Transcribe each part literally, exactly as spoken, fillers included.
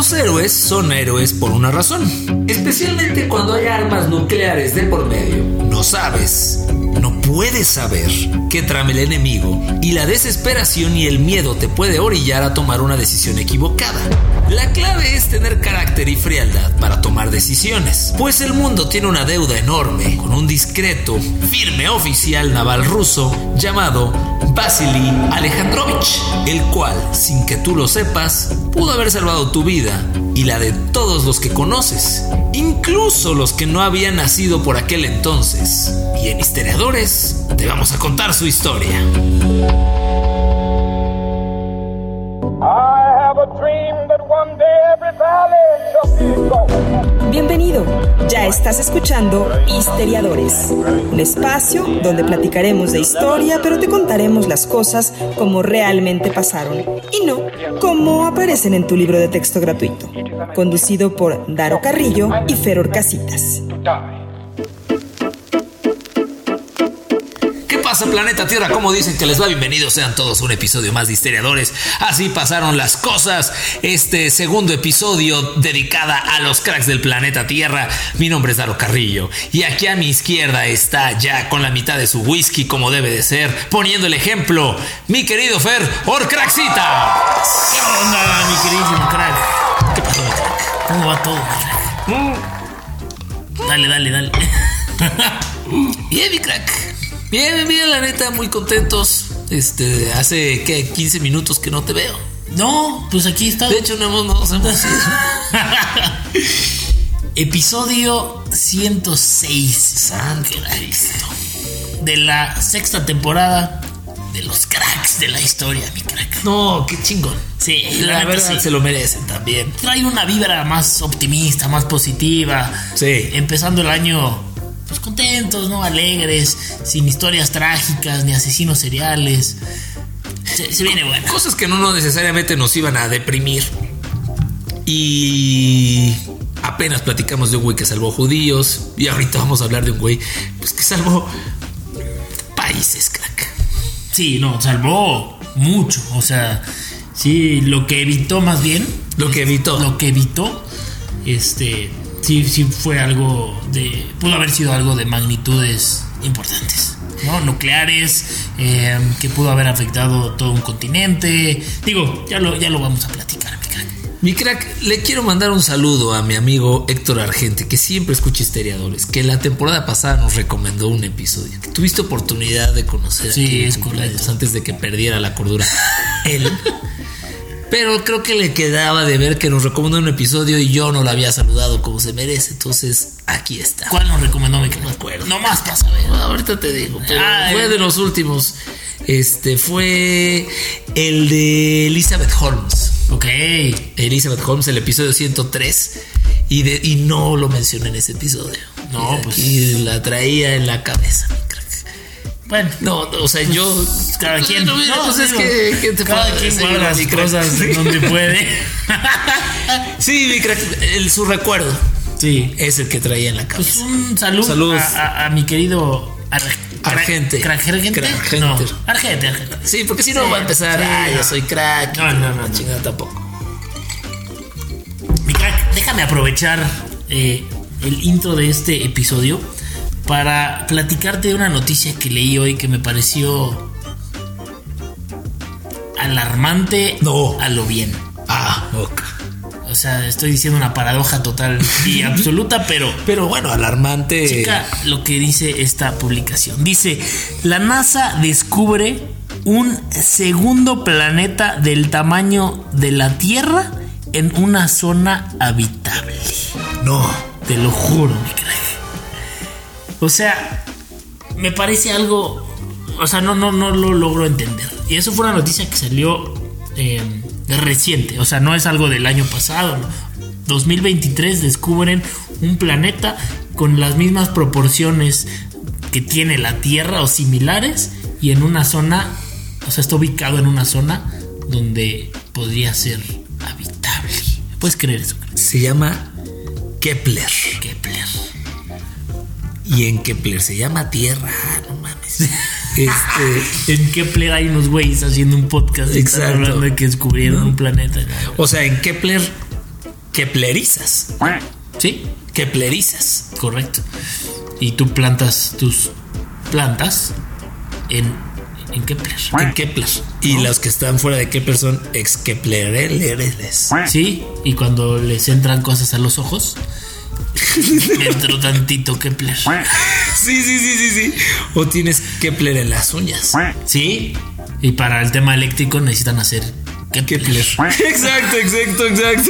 Los héroes son héroes por una razón, especialmente cuando hay armas nucleares de por medio. No sabes, no puedes saber qué trama el enemigo y la desesperación y el miedo te puede orillar a tomar una decisión equivocada. La clave es tener carácter y frialdad para tomar decisiones, pues el mundo tiene una deuda enorme con un discreto, firme oficial naval ruso llamado Vasily Alejandrovich, el cual, sin que tú lo sepas, pudo haber salvado tu vida y la de todos los que conoces, incluso los que no habían nacido por aquel entonces. Y en Historiadores te vamos a contar su historia. Bienvenido, ya estás escuchando Historiadores, un espacio donde platicaremos de historia, pero te contaremos las cosas como realmente pasaron y no como aparecen en tu libro de texto gratuito. Conducido por Daro Carrillo y Fer Orcasitas. ¿Qué pasa, planeta Tierra? ¿Cómo dicen que les va? Bienvenidos sean todos a un episodio más de Historiadores. Así pasaron las cosas. Este segundo episodio dedicada a los cracks del planeta Tierra. Mi nombre es Daro Carrillo y aquí a mi izquierda está ya con la mitad de su whisky como debe de ser, poniendo el ejemplo, mi querido Fer Orcraxitas. ¿Qué onda, mi queridísimo crack? ¿Qué pasó, mi crack? ¿Cómo va todo, mi crack? Mm. Dale, dale, dale. Bien, mi crack. Bien, bien, la neta, muy contentos. Este, hace, ¿qué? quince minutos que no te veo. No, pues aquí está. De hecho, no hemos, no nos hemos ido. Episodio ciento seis. Santo Cristo. De la sexta temporada de los cracks de la historia, mi crack. No, qué chingón. Sí, la, la verdad sí. Se lo merecen también. Trae una vibra más optimista, más positiva. Sí. Empezando el año, pues contentos, ¿no? Alegres, sin historias trágicas ni asesinos seriales. Se, se viene bueno. Cosas que no necesariamente nos iban a deprimir. Y apenas platicamos de un güey que salvó judíos. Y ahorita vamos a hablar de un güey pues, que salvó países, crack. Sí, no, salvó mucho. O sea, sí, lo que evitó más bien. Lo que evitó. Lo que evitó, este... Sí, sí fue algo de... Pudo haber sido algo de magnitudes importantes, ¿no? Nucleares, eh, que pudo haber afectado todo un continente. Digo, ya lo, ya lo vamos a platicar, mi crack. Mi crack, le quiero mandar un saludo a mi amigo Héctor Argente, que siempre escucha Historiadores, que la temporada pasada nos recomendó un episodio. Que tuviste oportunidad de conocer sí, es correcto. Antes de que perdiera la cordura. Él... Pero creo que le quedaba de ver que nos recomendó un episodio y yo no lo había saludado como se merece. Entonces, aquí está. ¿Cuál nos recomendó? Me no me acuerdo. No más para saber. Bueno, ahorita te digo. Pero Ay, fue de los últimos. Este fue el de Elizabeth Holmes. Ok. Elizabeth Holmes, el episodio ciento tres. Y, de, y no lo mencioné en ese episodio. No, y pues. Y la traía en la cabeza. Bueno, no, o sea, yo. Cada quien. No, no pues es que, que te cada quien guarda las cosas donde puede. Sí, mi crack, el, su recuerdo. Sí, es el que traía en la cabeza. Pues un saludo a, a, a mi querido Ar, Argente. Crack, Argente. Crack, no, Argente, Argente. Sí, porque si no sí, va a empezar. Sí, ah, yo soy crack. No, no, no, no chingada tampoco. Mi crack, déjame aprovechar eh, el intro de este episodio para platicarte de una noticia que leí hoy que me pareció alarmante no. a lo bien. Ah, ok. O sea, estoy diciendo una paradoja total y absoluta, pero... Pero bueno, alarmante. Checa lo que dice esta publicación. Dice, la NASA descubre un segundo planeta del tamaño de la Tierra en una zona habitable. No. Te lo juro, mi crack. O sea, me parece algo... O sea, no, no, no lo logro entender. Y eso fue una noticia que salió eh, reciente. O sea, no es algo del año pasado, ¿no? dos mil veintitrés descubren un planeta con las mismas proporciones que tiene la Tierra o similares. Y en una zona... O sea, está ubicado en una zona donde podría ser habitable. ¿Puedes creer eso? Se llama Kepler. Kepler. Y en Kepler se llama Tierra, no mames. Este, en Kepler hay unos güeyes haciendo un podcast y están hablando de que descubrieron ¿no? un planeta. O sea, en Kepler keplerizas. Sí, Keplerizas. correcto. Y tú plantas tus plantas en, en Kepler. En Kepler. Y ¿No? los que están fuera de Kepler son ex Keplereles. Sí, y cuando les entran cosas a los ojos, entró tantito Kepler. Sí, sí, sí, sí, sí. O tienes Kepler en las uñas. Sí, y para el tema eléctrico necesitan hacer Kepler. Kepler. Exacto, exacto, exacto.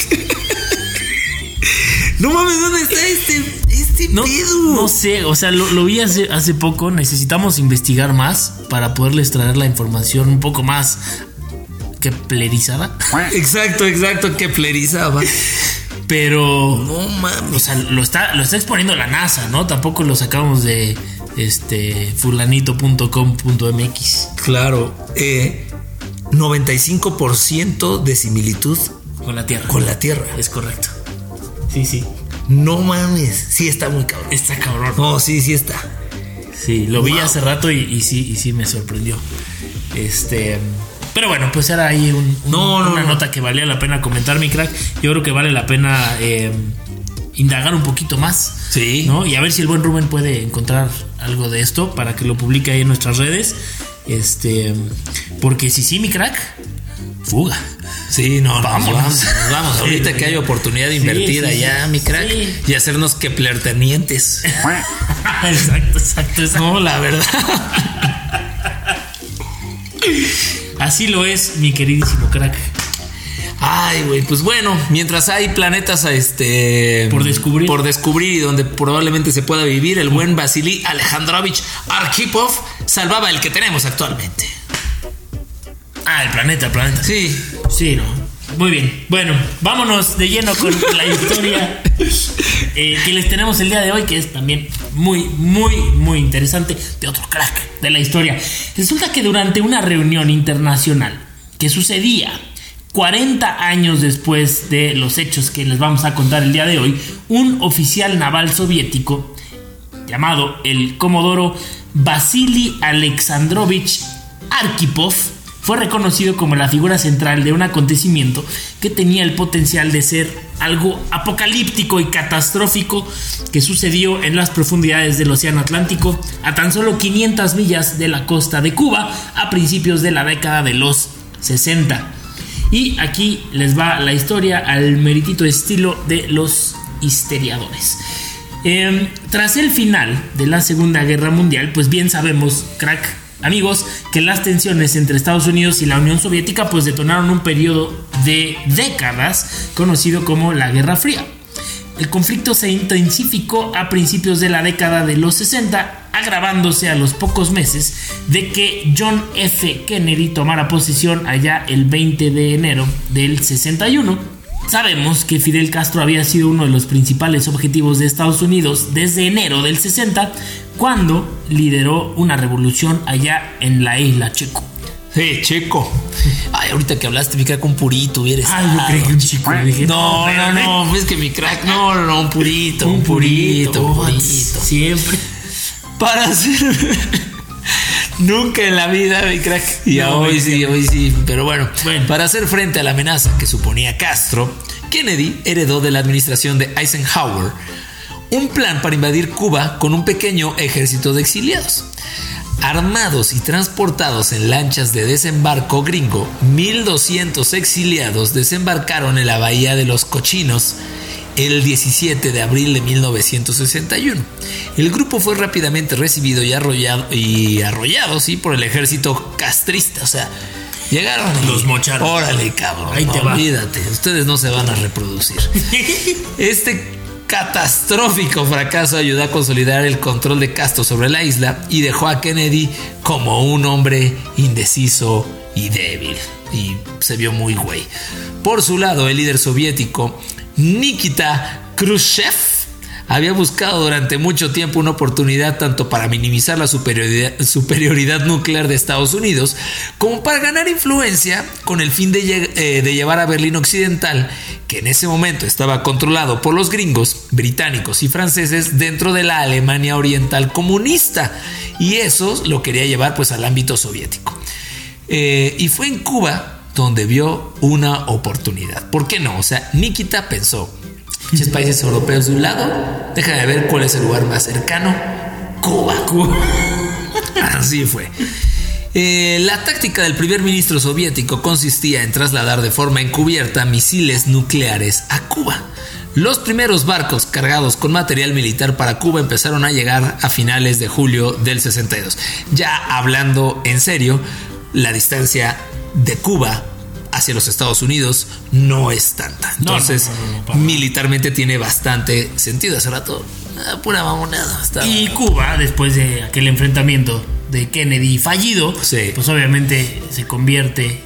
No mames, ¿dónde está este, este No, pedo? no sé, o sea, lo, lo vi hace, hace poco. Necesitamos investigar más para poderles traer la información un poco más keplerizada. Exacto, exacto, Keplerizaba. Pero, No mames. o sea, lo está, lo está exponiendo la NASA, ¿no? Tampoco lo sacamos de este fulanito punto com punto m x. Claro, eh, noventa y cinco por ciento de similitud Con la Tierra. con la Tierra. Es correcto. Sí, sí. No mames, sí está muy cabrón. Está cabrón. No, sí, sí está. Sí, lo vi Wow. hace rato y, y sí, y sí me sorprendió. Este. Pero bueno, pues era ahí un, un- No, no, una no. nota que valía la pena comentar, mi crack. Yo creo que vale la pena eh, indagar un poquito más. Sí. ¿No? Y a ver si el buen Rubén puede encontrar algo de esto para que lo publique ahí en nuestras redes. Este. Porque si sí, mi crack, fuga. Sí, no, Vámonos. nos vamos, nos vamos. Ahorita que hay oportunidad de Sí, invertir sí, allá, sí. mi crack, Sí. y hacernos Kepler-tenientes. Exacto, exacto, exacto. No, la verdad. Así lo es, mi queridísimo crack. Ay, güey, pues bueno, mientras hay planetas a este Por descubrir. por descubrir y donde probablemente se pueda vivir, el buen Vasily Alejandrovich Arkhipov salvaba el que tenemos actualmente. Ah, el planeta, el planeta. Sí. Sí, no. Muy bien. Bueno, vámonos de lleno con la historia eh, que les tenemos el día de hoy, que es también muy, muy, muy interesante, de otro crack de la historia. Resulta que durante una reunión internacional que sucedía cuarenta años después de los hechos que les vamos a contar el día de hoy, un oficial naval soviético llamado el Comodoro Vasily Alexandrovich Arkhipov fue reconocido como la figura central de un acontecimiento que tenía el potencial de ser algo apocalíptico y catastrófico que sucedió en las profundidades del Océano Atlántico a tan solo quinientas millas de la costa de Cuba a principios de la década de los sesenta. Y aquí les va la historia al meritito estilo de los historiadores. Eh, tras el final de la Segunda Guerra Mundial, pues bien sabemos, crack, amigos, que las tensiones entre Estados Unidos y la Unión Soviética pues detonaron un periodo de décadas conocido como la Guerra Fría. El conflicto se intensificó a principios de la década de los sesenta, agravándose a los pocos meses de que John F. Kennedy tomara posesión allá el veinte de enero del sesenta y uno. Sabemos que Fidel Castro había sido uno de los principales objetivos de Estados Unidos desde enero del sesenta, cuando lideró una revolución allá en la isla Checo. Sí, Checo. Ay, ahorita que hablaste, mi crack, un purito hubiera Ay, yo creí que un chico. Dije, No, no, no, es que mi crack, no, no, no, un purito, un purito, un purito. Siempre. Para hacer. Nunca en la vida, mi crack. Y No, hoy mi sí, hoy sí. Pero bueno, Bueno. para hacer frente a la amenaza que suponía Castro, Kennedy heredó de la administración de Eisenhower un plan para invadir Cuba con un pequeño ejército de exiliados. Armados y transportados en lanchas de desembarco gringo, mil doscientos exiliados desembarcaron en la bahía de los Cochinos el diecisiete de abril de mil novecientos sesenta y uno. El grupo fue rápidamente recibido y arrollado, y arrollado sí, por el ejército castrista. O sea, llegaron y Los mocharon. Órale, cabrón. Ahí te va. Olvídate, ustedes no se van a reproducir. Este catastrófico fracaso ayudó a consolidar el control de Castro sobre la isla y dejó a Kennedy como un hombre indeciso y débil. Y se vio muy güey. Por su lado, el líder soviético Nikita Khrushchev había buscado durante mucho tiempo una oportunidad tanto para minimizar la superioridad, superioridad nuclear de Estados Unidos como para ganar influencia con el fin de, eh, de llevar a Berlín Occidental, que en ese momento estaba controlado por los gringos, británicos y franceses, dentro de la Alemania Oriental comunista, y eso lo quería llevar pues al ámbito soviético. Eh, y fue en Cuba donde vio una oportunidad. ¿Por qué no? O sea, Nikita pensó, muchos países europeos de un lado, déjame ver cuál es el lugar más cercano. Cuba. Cuba. Así fue. Eh, la táctica del primer ministro soviético consistía en trasladar de forma encubierta misiles nucleares a Cuba. Los primeros barcos cargados con material militar para Cuba empezaron a llegar a finales de julio del sesenta y dos. Ya hablando en serio, la distancia de Cuba hacia los Estados Unidos no es tanta. Entonces, no, no, no, no, no, militarmente tiene bastante sentido. Hace rato, ah, pura mamonada. Estaba... Y Cuba, después de aquel enfrentamiento de Kennedy fallido, sí, pues obviamente se convierte...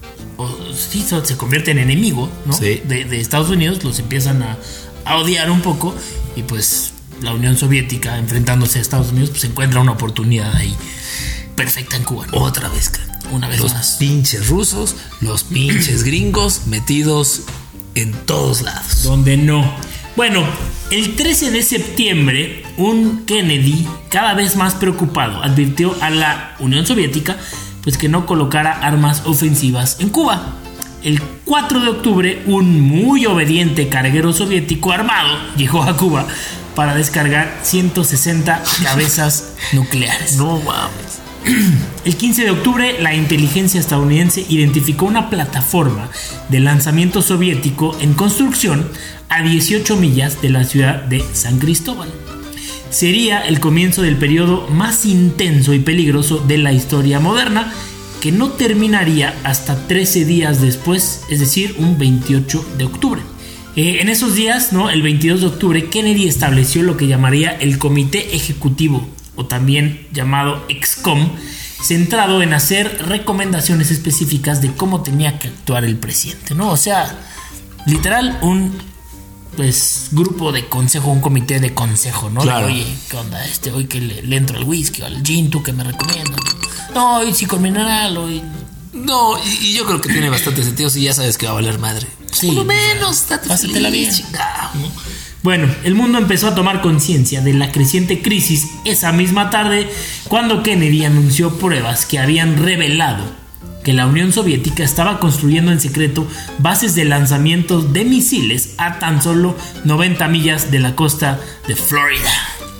Sí, se convierte en enemigo, ¿no? Sí. de, de Estados Unidos, los empiezan a, a odiar un poco y pues la Unión Soviética enfrentándose a Estados Unidos pues encuentra una oportunidad ahí perfecta en Cuba, ¿no? Otra vez, una vez los más. Pinches rusos, los pinches gringos metidos en todos lados. Donde no. Bueno, el trece de septiembre, un Kennedy cada vez más preocupado advirtió a la Unión Soviética pues que no colocara armas ofensivas en Cuba. El cuatro de octubre, un muy obediente carguero soviético armado llegó a Cuba para descargar ciento sesenta cabezas nucleares. No mames. El quince de octubre, la inteligencia estadounidense identificó una plataforma de lanzamiento soviético en construcción a dieciocho millas de la ciudad de San Cristóbal. Sería el comienzo del periodo más intenso y peligroso de la historia moderna, que no terminaría hasta trece días después, es decir, un veintiocho de octubre. Eh, en esos días, ¿no? El veintidós de octubre, Kennedy estableció lo que llamaría el Comité Ejecutivo, o también llamado EXCOM, centrado en hacer recomendaciones específicas de cómo tenía que actuar el presidente, ¿no? O sea, literal, un pues grupo de consejo, un comité de consejo, ¿no? Claro. Oye, ¿qué onda? Este, hoy que le, le entro al whisky o al gin, ¿tú qué me recomiendas? No, hoy sí con mineral, hoy... No, y, y yo creo que tiene bastante sentido si ya sabes que va a valer madre. Sí, por lo menos, date pásatela bien. Chingado. Bueno, el mundo empezó a tomar conciencia de la creciente crisis esa misma tarde cuando Kennedy anunció pruebas que habían revelado que la Unión Soviética estaba construyendo en secreto bases de lanzamiento de misiles a tan solo noventa millas de la costa de Florida.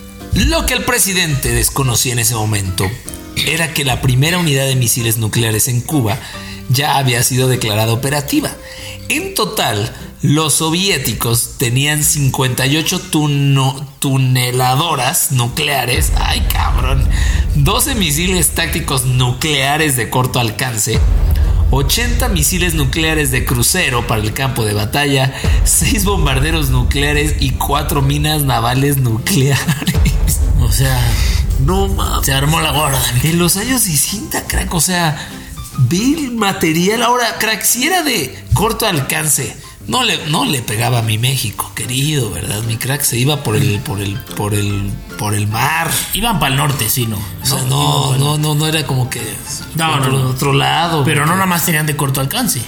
Lo que el presidente desconocía en ese momento era que la primera unidad de misiles nucleares en Cuba ya había sido declarada operativa. En total, los soviéticos tenían cincuenta y ocho tuno, tuneladoras nucleares, ay cabrón, doce misiles tácticos nucleares de corto alcance, ochenta misiles nucleares de crucero para el campo de batalla, seis bombarderos nucleares y cuatro minas navales nucleares. O sea, no mames, se armó la gorda. En los años sesenta, crack, o sea, ve el material ahora, crack, si era de corto alcance, no le, no le pegaba a mi México, querido, ¿verdad? Mi crack se iba por el, por el, por el, por el mar. Iban para el norte, sí, no. O sea, no, no, no, no era como que no, por no, no. otro lado. Pero porque... no nada más tenían de corto alcance.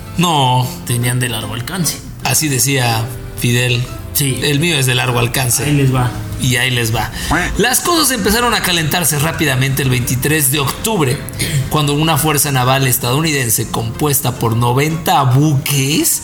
No. Tenían de largo alcance. Así decía Fidel. Sí. El mío es de largo alcance. Ahí les va. Y ahí les va. Las cosas empezaron a calentarse rápidamente el veintitrés de octubre, cuando una fuerza naval estadounidense compuesta por noventa buques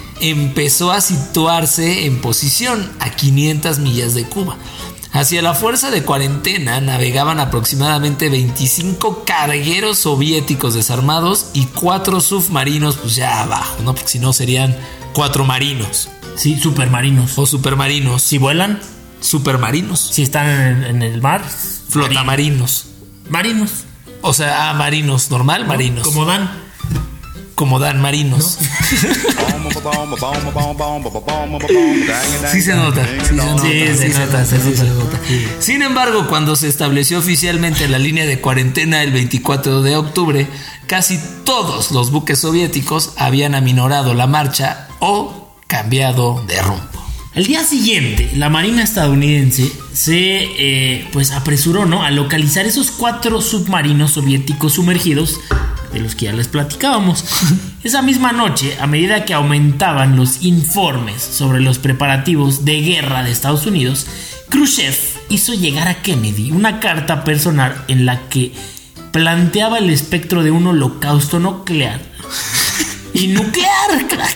empezó a situarse en posición a quinientas millas de Cuba. Hacia la fuerza de cuarentena navegaban aproximadamente veinticinco cargueros soviéticos desarmados y cuatro submarinos, pues ya abajo, ¿no? Porque si no serían cuatro marinos. Sí, supermarinos. O supermarinos. Si vuelan, supermarinos. Si están en, en el mar, flotamarinos. Marinos. O sea, ah, marinos, normal, marinos. Como Dan. Como Dan marinos. Sí se nota. Sí se nota. Sí, sí, sí, se nota, sí, sí se nota. Sin embargo, cuando se estableció oficialmente la línea de cuarentena el veinticuatro de octubre, casi todos los buques soviéticos habían aminorado la marcha o cambiado de rumbo. Al día siguiente, la Marina estadounidense se eh, pues apresuró, ¿no?, a localizar esos cuatro submarinos soviéticos sumergidos de los que ya les platicábamos. Esa misma noche, a medida que aumentaban los informes sobre los preparativos de guerra de Estados Unidos, Khrushchev hizo llegar a Kennedy una carta personal en la que planteaba el espectro de un holocausto nuclear y nuclear, crack.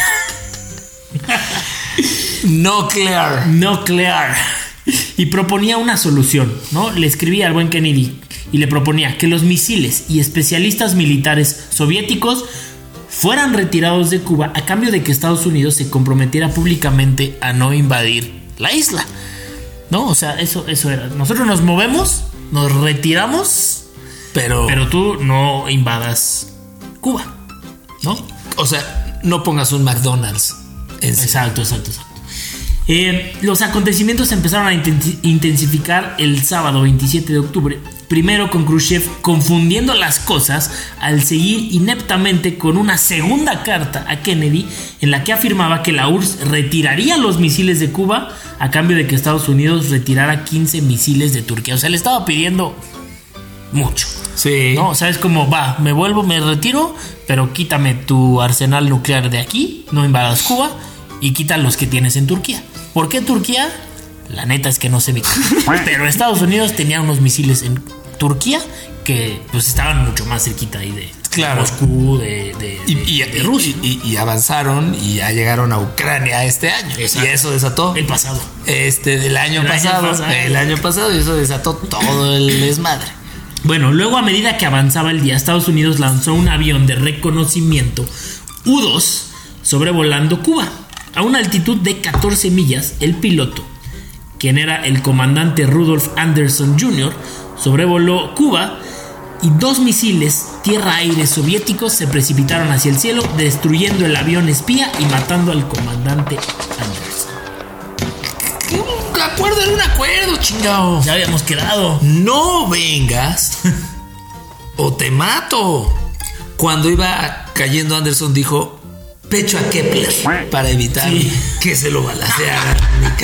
Nuclear. Nuclear. Y proponía una solución, ¿no? Le escribía al buen Kennedy y le proponía que los misiles y especialistas militares soviéticos fueran retirados de Cuba a cambio de que Estados Unidos se comprometiera públicamente a no invadir la isla, ¿no? O sea, eso, eso era. Nosotros nos movemos, nos retiramos, pero, pero tú no invadas Cuba, ¿no? O sea, no pongas un McDonald's en sí. Exacto, exacto, exacto. Eh, los acontecimientos empezaron a intensificar el sábado veintisiete de octubre. Primero con Khrushchev confundiendo las cosas al seguir ineptamente con una segunda carta a Kennedy en la que afirmaba que la U R S S retiraría los misiles de Cuba a cambio de que Estados Unidos retirara quince misiles de Turquía. O sea, le estaba pidiendo mucho. Sí. ¿No? O sea, es como, va, me vuelvo, me retiro, pero quítame tu arsenal nuclear de aquí, no invadas Cuba y quita los que tienes en Turquía. ¿Por qué Turquía? La neta es que no sé. Pero Estados Unidos tenía unos misiles en Turquía que pues estaban mucho más cerquita ahí de claro. Moscú, de, de, y, de, y, de Rusia. Y, y, y avanzaron y ya llegaron a Ucrania este año. Exacto. Y eso desató. El pasado. Este, del año el pasado. Año pasado. El año pasado y eso desató todo el desmadre. Bueno, luego a medida que avanzaba el día, Estados Unidos lanzó un avión de reconocimiento U dos sobrevolando Cuba. A una altitud de catorce millas, el piloto, quien era el comandante Rudolf Anderson junior, sobrevoló Cuba y dos misiles tierra-aire soviéticos se precipitaron hacia el cielo, destruyendo el avión espía y matando al comandante Anderson. Un acuerdo era un acuerdo, chingado. Ya habíamos quedado. No vengas o te mato. Cuando iba cayendo Anderson dijo: pecho a Kepler para evitar sí. que se lo balacearan.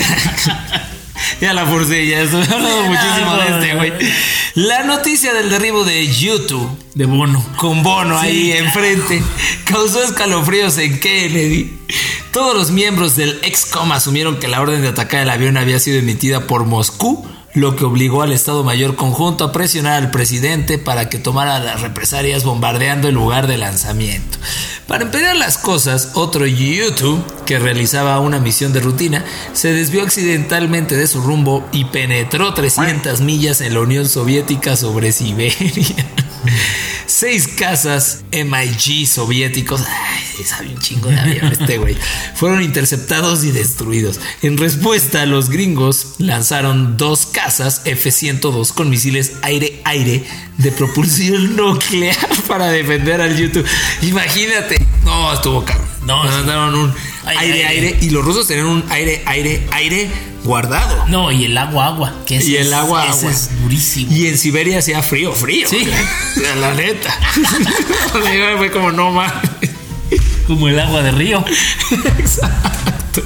Ya la forcé, ya estoy hablando muchísimo de este güey. La noticia del derribo de YouTube de Bono, con Bono sí, ahí claro. enfrente, causó escalofríos en Kennedy. Todos los miembros del ExCom asumieron que la orden de atacar el avión había sido emitida por Moscú, lo que obligó al Estado Mayor Conjunto a presionar al presidente para que tomara las represalias bombardeando el lugar de lanzamiento. Para empeorar las cosas, otro YouTube que realizaba una misión de rutina se desvió accidentalmente de su rumbo y penetró trescientas millas en la Unión Soviética sobre Siberia. Seis cazas M I G soviéticos, ay, sabe un chingo de avión este güey, fueron interceptados y destruidos. En respuesta, los gringos lanzaron dos cazas F ciento dos con misiles aire-aire de propulsión nuclear para defender al YouTube. Imagínate, no, estuvo caro. No, mandaron un aire-aire y los rusos tenían un aire-aire-aire guardado. No, y el agua-agua. Que y el agua-agua. Ese es durísimo. Y en Siberia hacía frío, frío. Sí. La neta. Fue como no mames. Como el agua de río. Exacto.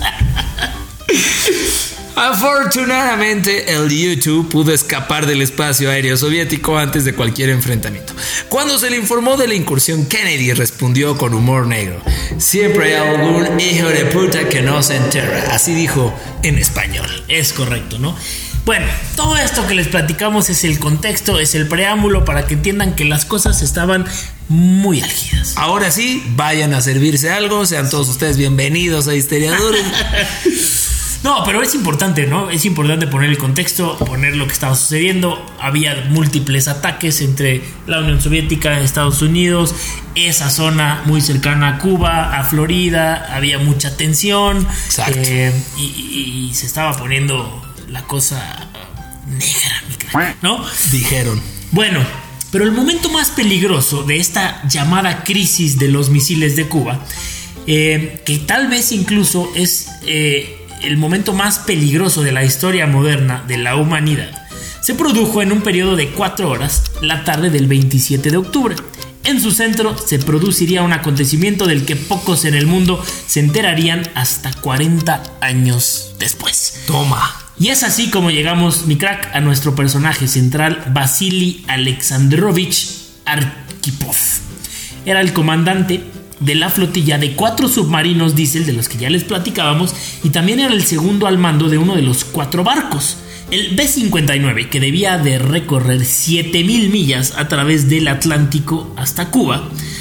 Afortunadamente, el YouTube pudo escapar del espacio aéreo soviético antes de cualquier enfrentamiento. Cuando se le informó de la incursión, Kennedy respondió con humor negro: siempre hay algún hijo de puta que no se entera. Así dijo en español. Es correcto, ¿no? Bueno, todo esto que les platicamos es el contexto, es el preámbulo para que entiendan que las cosas estaban muy álgidas. Ahora sí, vayan a servirse algo, sean todos ustedes bienvenidos a Historiadores. No, pero es importante, ¿no? Es importante poner el contexto, poner lo que estaba sucediendo. Había múltiples ataques entre la Unión Soviética, Estados Unidos, esa zona muy cercana a Cuba, a Florida. Había mucha tensión. Exacto. Eh, y, y, y se estaba poniendo la cosa negra, mi crack, ¿no? Dijeron. Bueno, pero el momento más peligroso de esta llamada crisis de los misiles de Cuba, eh, que tal vez incluso es... Eh, el momento más peligroso de la historia moderna de la humanidad, se produjo en un periodo de cuatro horas la tarde del veintisiete de octubre. En su centro se produciría un acontecimiento del que pocos en el mundo se enterarían hasta cuarenta años después. Toma. Y es así como llegamos, mi crack, a nuestro personaje central, Vasily Alexandrovich Arkhipov. Era el comandante de la flotilla de cuatro submarinos diésel de los que ya les platicábamos, y también era el segundo al mando de uno de los cuatro barcos, el B cincuenta y nueve, que debía de recorrer siete mil millas a través del Atlántico hasta Cuba.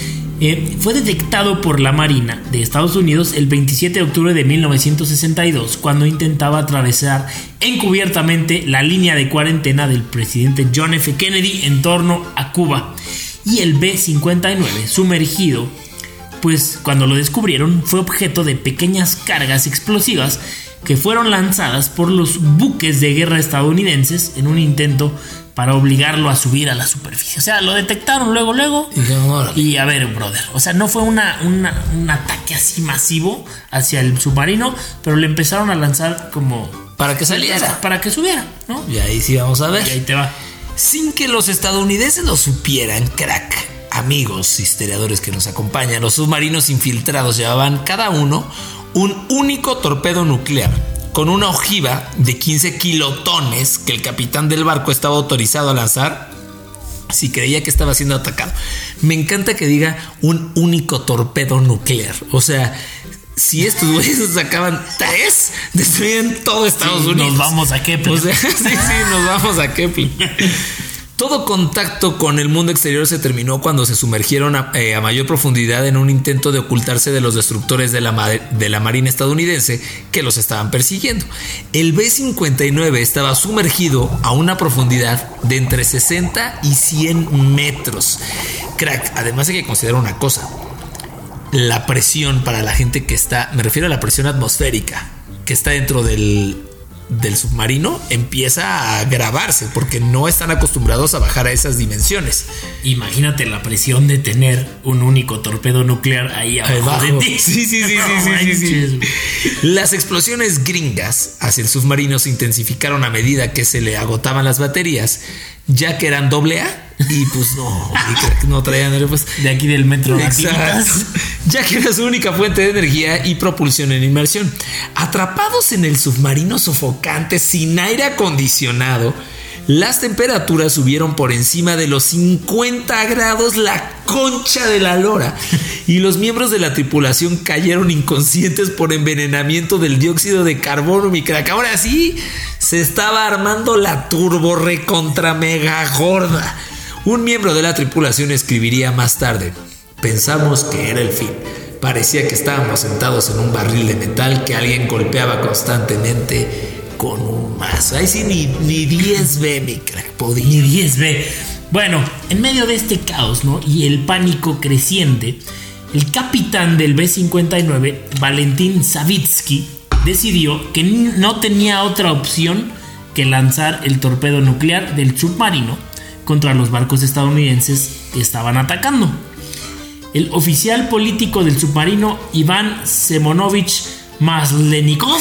Eh, fue detectado por la Marina de Estados Unidos el veintisiete de octubre de mil novecientos sesenta y dos, cuando intentaba atravesar encubiertamente la línea de cuarentena del presidente John F. Kennedy en torno a Cuba. Y el B cincuenta y nueve, sumergido, pues cuando lo descubrieron, fue objeto de pequeñas cargas explosivas que fueron lanzadas por los buques de guerra estadounidenses en un intento para obligarlo a subir a la superficie. O sea, lo detectaron luego, luego. Y a ver, brother, o sea, no fue una, una, un ataque así masivo hacia el submarino, pero le empezaron a lanzar como... Para que saliera. Para que subiera, ¿no? Y ahí sí vamos a ver. Y ahí te va. Sin que los estadounidenses lo supieran, crack, amigos historiadores que nos acompañan, los submarinos infiltrados llevaban cada uno un único torpedo nuclear con una ojiva de quince kilotones que el capitán del barco estaba autorizado a lanzar si creía que estaba siendo atacado. Me encanta que diga un único torpedo nuclear. O sea, si estos güeyes sacaban tres, destruían todo Estados sí, Unidos. Nos vamos a Kepler. O sea, sí, sí, nos vamos a Kepler. Todo contacto con el mundo exterior se terminó cuando se sumergieron a, eh, a mayor profundidad en un intento de ocultarse de los destructores de la, de la Marina estadounidense que los estaban persiguiendo. El B cincuenta y nueve estaba sumergido a una profundidad de entre sesenta y cien metros. Crack, además hay que considerar una cosa. La presión para la gente que está, me refiero a la presión atmosférica que está dentro del... del submarino empieza a agravarse porque no están acostumbrados a bajar a esas dimensiones. Imagínate la presión de tener un único torpedo nuclear ahí abajo, abajo. de ti. Sí, sí, sí, sí, sí, sí, sí. Las explosiones gringas hacia el submarino se intensificaron a medida que se le agotaban las baterías, ya que eran doble A y pues no, no traían pues, de aquí del metro. Exacto. Ya que era su única fuente de energía y propulsión en inmersión. Atrapados en el submarino sofocante sin aire acondicionado, las temperaturas subieron por encima de los cincuenta grados, la concha de la lora, y los miembros de la tripulación cayeron inconscientes por envenenamiento del dióxido de carbono. Mi crack, ahora sí se estaba armando la turbo recontra mega gorda. Un miembro de la tripulación escribiría más tarde: pensamos que era el fin. Parecía que estábamos sentados en un barril de metal que alguien golpeaba constantemente con un mazo. Ahí sí, ni, ni diez B, mi crack, podía. Ni diez B. Bueno, en medio de este caos, ¿no?, y el pánico creciente, el capitán del B cincuenta y nueve, Valentín Savitsky, decidió que no tenía otra opción que lanzar el torpedo nuclear del submarino contra los barcos estadounidenses que estaban atacando. El oficial político del submarino, Iván Semonovich Maslenikov,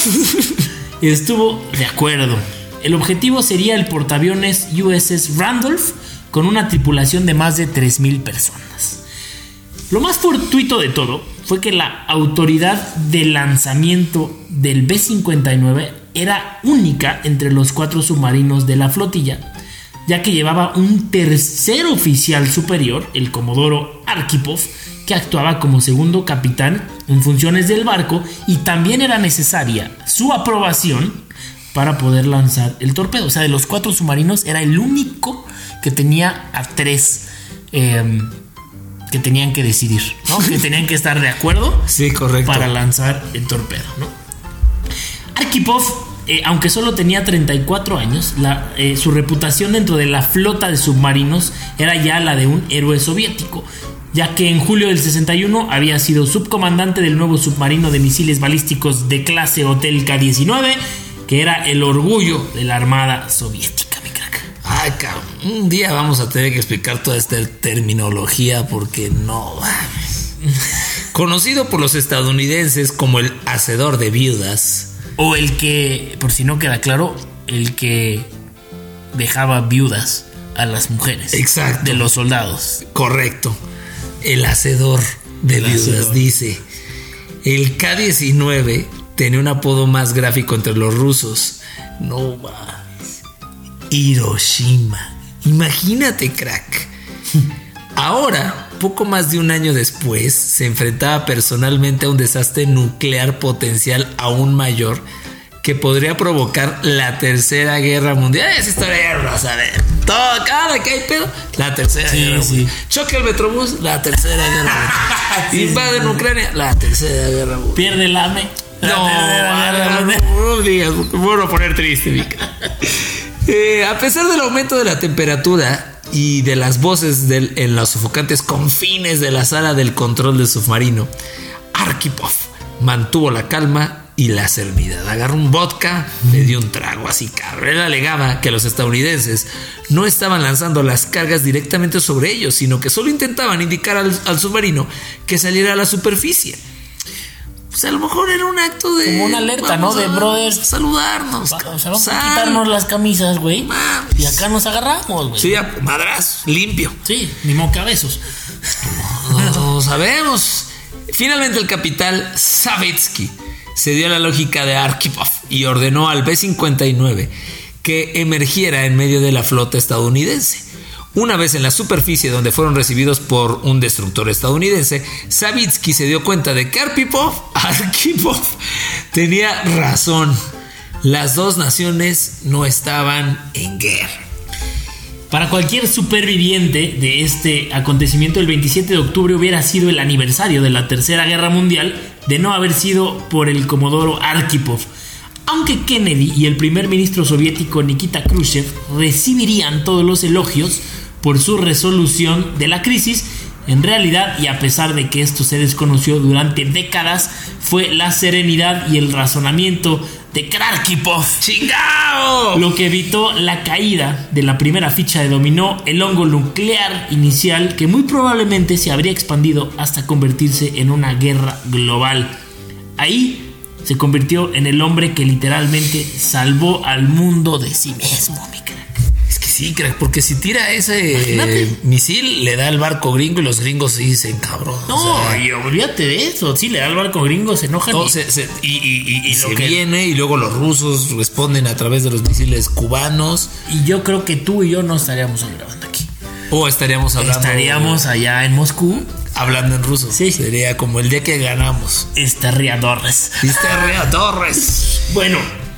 estuvo de acuerdo. El objetivo sería el portaaviones U S S Randolph, con una tripulación de más de tres mil personas. Lo más fortuito de todo fue que la autoridad de lanzamiento del B cincuenta y nueve era única entre los cuatro submarinos de la flotilla, ya que llevaba un tercer oficial superior, el comodoro Arkhipov, que actuaba como segundo capitán en funciones del barco, y también era necesaria su aprobación para poder lanzar el torpedo. O sea, de los cuatro submarinos era el único que tenía a tres eh, que tenían que decidir, ¿no? Que tenían que estar de acuerdo. Sí, correcto. Para lanzar el torpedo, ¿no? Arkhipov, eh, aunque solo tenía treinta y cuatro años, la, eh, su reputación dentro de la flota de submarinos era ya la de un héroe soviético, ya que en julio del sesenta y uno había sido subcomandante del nuevo submarino de misiles balísticos de clase Hotel K diecinueve, que era el orgullo de la Armada Soviética, mi crack. Ay, cabrón, un día vamos a tener que explicar toda esta terminología porque no... Conocido por los estadounidenses como el hacedor de viudas. O el que, por si no queda claro, el que dejaba viudas a las mujeres. Exacto. De los soldados. Correcto. El hacedor de el viudas, hacedor. Dice. El K diecinueve tenía un apodo más gráfico entre los rusos. No mames. Hiroshima. Imagínate, crack. Ahora, poco más de un año después, se enfrentaba personalmente a un desastre nuclear potencial aún mayor que podría provocar la tercera guerra mundial. Esa historia ya no vas a ver. Todo, cada que hay pedo, la tercera Sí, guerra sí. mundial. Choque el Metrobús, la tercera guerra mundial. Sí, Invaden sí. Ucrania, la tercera guerra mundial. Pierde el AME. La No, tercera guerra no, mundial. no digas, porque me voy a poner triste, Mica. Eh, a pesar del aumento de la temperatura y de las voces del, en los sofocantes confines de la sala del control del submarino, Arkhipov mantuvo la calma y la serenidad. Agarró un vodka, le dio un trago así, cabrón. Él alegaba que los estadounidenses no estaban lanzando las cargas directamente sobre ellos, sino que solo intentaban indicar al, al submarino que saliera a la superficie. Pues a lo mejor era un acto de... Como una alerta, vamos ¿no? De a brothers. saludarnos. Va- O sea, vamos Sal. a quitarnos las camisas, güey. Mames. Y acá nos agarramos, güey. Sí, a madrazos, limpio. Sí, ni moca besos. No sabemos. Finalmente el capitán Savitsky se dio a la lógica de Arkhipov y ordenó al B cincuenta y nueve que emergiera en medio de la flota estadounidense. Una vez en la superficie donde fueron recibidos por un destructor estadounidense, Savitsky se dio cuenta de que Arkhipov, Arkhipov tenía razón. Las dos naciones no estaban en guerra. Para cualquier superviviente de este acontecimiento, el veintisiete de octubre hubiera sido el aniversario de la Tercera Guerra Mundial de no haber sido por el comodoro Arkhipov. Aunque Kennedy y el primer ministro soviético Nikita Khrushchev recibirían todos los elogios por su resolución de la crisis, en realidad, y a pesar de que esto se desconoció durante décadas, fue la serenidad y el razonamiento de Arkhipov ¡Chingao! lo que evitó la caída de la primera ficha de dominó, el hongo nuclear inicial, que muy probablemente se habría expandido hasta convertirse en una guerra global. Ahí se convirtió en el hombre que literalmente salvó al mundo de sí mismo, mi crack. Es que sí, crack, porque si tira ese Imagínate. eh, misil, le da al barco gringo y los gringos se dicen, cabrón. No, o sea, y olvídate de eso. Sí, le da al barco gringo, se enojan. no, y- se- se- y y- y- y y se lo que- viene y luego los rusos responden a través de los misiles cubanos. Y yo creo que tú y yo no estaríamos hoy grabando aquí. O estaríamos hablando Estaríamos allá en Moscú, hablando en ruso. Sí. Sería como el día que ganamos. estarriadores. Rea Torres. Bueno,